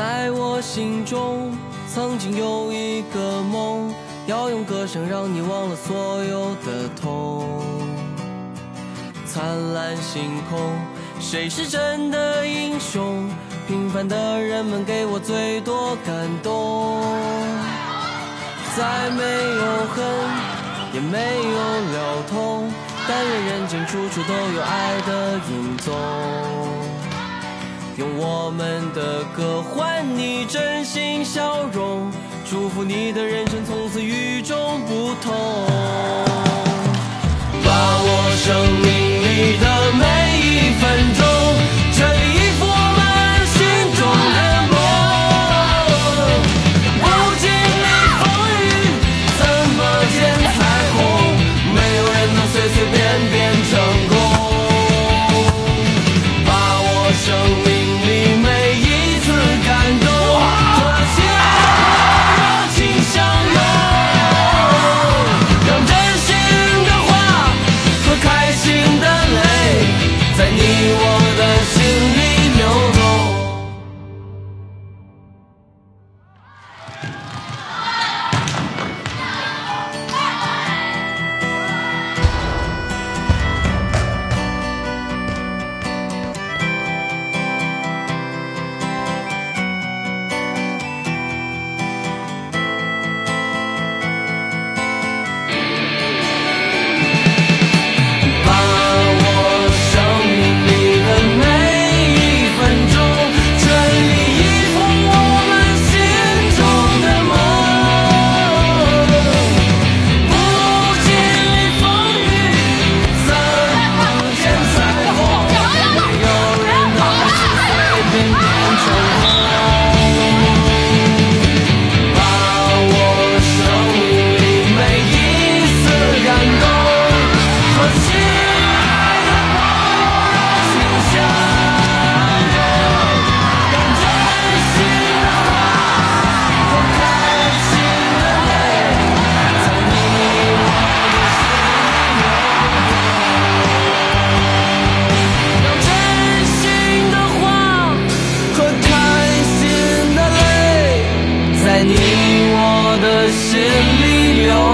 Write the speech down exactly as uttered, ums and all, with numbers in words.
在我心中曾经有一个梦，要用歌声让你忘了所有的痛。灿烂星空，谁是真的英雄？平凡的人们给我最多感动。再没有恨，也没有了痛，但愿人间处处都有爱的影踪。用我们的歌换你真心笑容，祝福你的人生从此与众不同。把我生命里的每一分钟，全力以赴我们心中的梦。不经历风雨，怎么见彩虹？没有人能随随便便成功。把我生命在你我的心里流